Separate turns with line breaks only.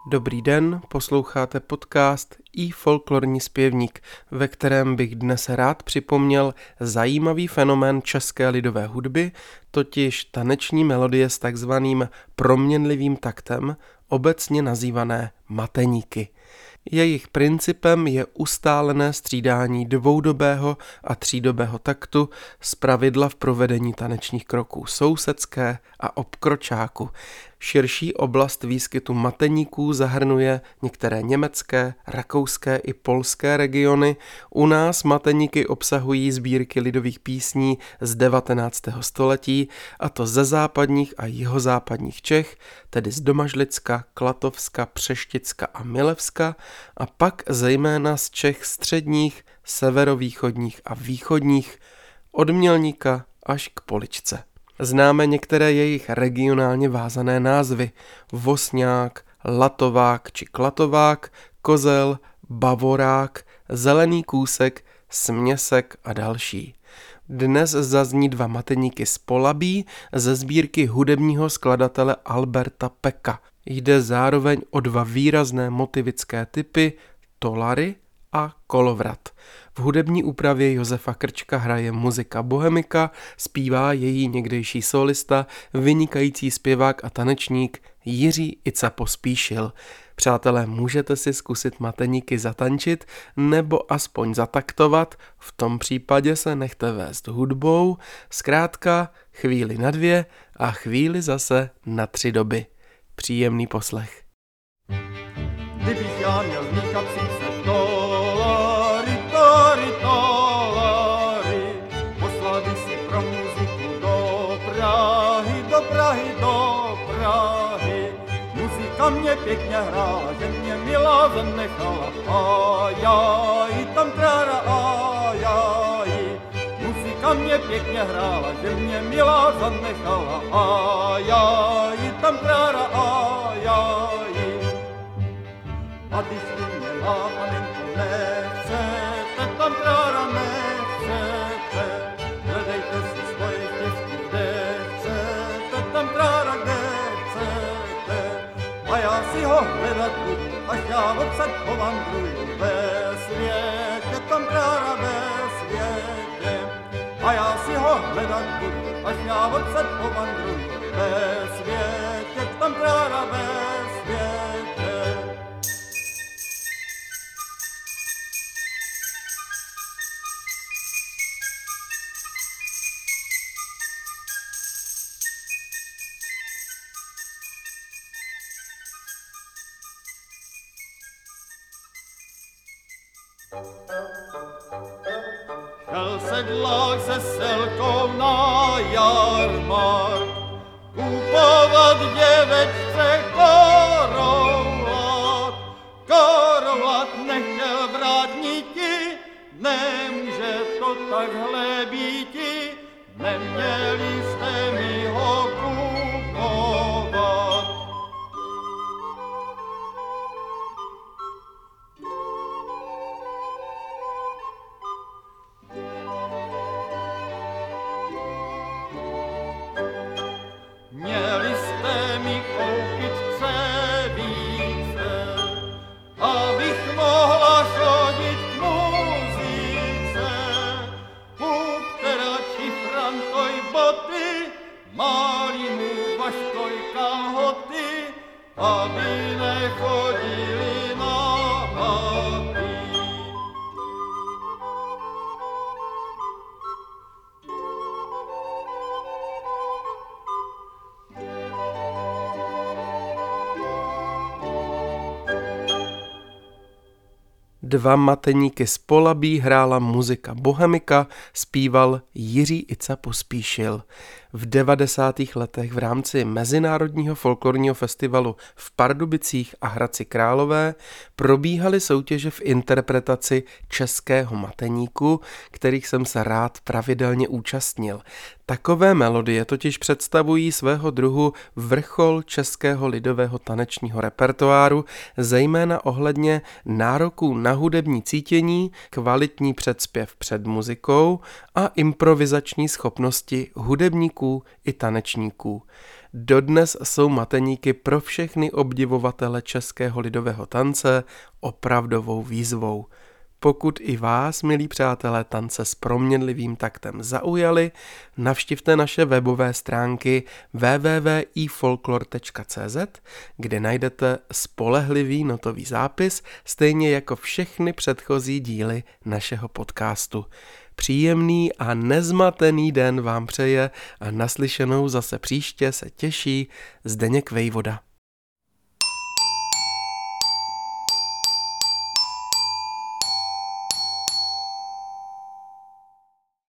Dobrý den, posloucháte podcast i folklorní zpěvník, ve kterém bych dnes rád připomněl zajímavý fenomén české lidové hudby, totiž taneční melodie s takzvaným proměnlivým taktem, obecně nazývané mateníky. Jejich principem je ustálené střídání dvoudobého a třídobého taktu, zpravidla v provedení tanečních kroků sousedské a obkročáku. Širší oblast výskytu mateníků zahrnuje některé německé, rakouské i polské regiony. U nás mateníky obsahují sbírky lidových písní z 19. století, a to ze západních a jihozápadních Čech, tedy z Domažlicka, Klatovska, Přešticka a Milevska, a pak zejména z Čech středních, severovýchodních a východních, od Mělníka až k Poličce. Známe některé jejich regionálně vázané názvy: Vosňák, Latovák či Klatovák, Kozel, Bavorák, Zelený kůsek, Směsek a další. Dnes zazní dva mateníky z Polabí ze sbírky hudebního skladatele Alberta Peka. Jde zároveň o dva výrazné motivické typy, tolary a kolovrat. V hudební úpravě Josefa Krčka hraje muzika Bohemika, zpívá její někdejší solista, vynikající zpěvák a tanečník Jiří Ica Pospíšil. Přátelé, můžete si zkusit mateníky zatančit nebo aspoň zataktovat, v tom případě se nechte vést hudbou, zkrátka chvíli na 2 a chvíli zase na 3 doby. Příjemný poslech.
Kdybych já měl v mých kapsích tolary, poslal bych si pro muziku do Prahy. Muzika mě pěkně hrála, že mě milá zanechala, ajaj, tam trára, ajaj. Muzika mě pěkně hrála, že mě milá zanechala, ajaj, tam trára, ajaj. A když ty mě má, panenko, nechcete, tam trára nechcete, hledejte si svoje štěstí, kde chcete, tam trára, kde chcete. A já si ho hledat budu, až já odsaď povandruju ve světě, tam trára ve světě. A já si ho hledat budu, až já odsaď povandruju ve světě, tam trára ve světě. Šel sedlák se selkou na jarmark, kupovat děvečce koroulat nechtěl vrátníky, nemůže to takhle býti, neměli jste mi ho kupovat. Měli jste mi koupit více, abych mohla chodit k muzice. Kupte radši frantoj boty, malýmu vaškoj kalhoty, aby nechodili na haty.
Dva mateníky z Polabí hrála muzika Bohemika, zpíval Jiří Ica Pospíšil. V 90. letech v rámci Mezinárodního folklorního festivalu v Pardubicích a Hradci Králové probíhaly soutěže v interpretaci českého mateníku, kterých jsem se rád pravidelně účastnil. Takové melodie totiž představují svého druhu vrchol českého lidového tanečního repertoáru, zejména ohledně nároků na hudební cítění, kvalitní předspěv před muzikou a improvizační schopnosti hudebníků zpěváků i tanečníků. Dodnes jsou Mateníky pro všechny obdivovatele českého lidového tance opravdovou výzvou. Pokud i vás, milí přátelé, tance s proměnlivým taktem zaujaly, navštivte naše webové stránky www.ifolklor.cz, kde najdete spolehlivý notový zápis, stejně jako všechny předchozí díly našeho podcastu. Příjemný a nezmatený den vám přeje a naslyšenou zase příště se těší Zdeněk Vejvoda.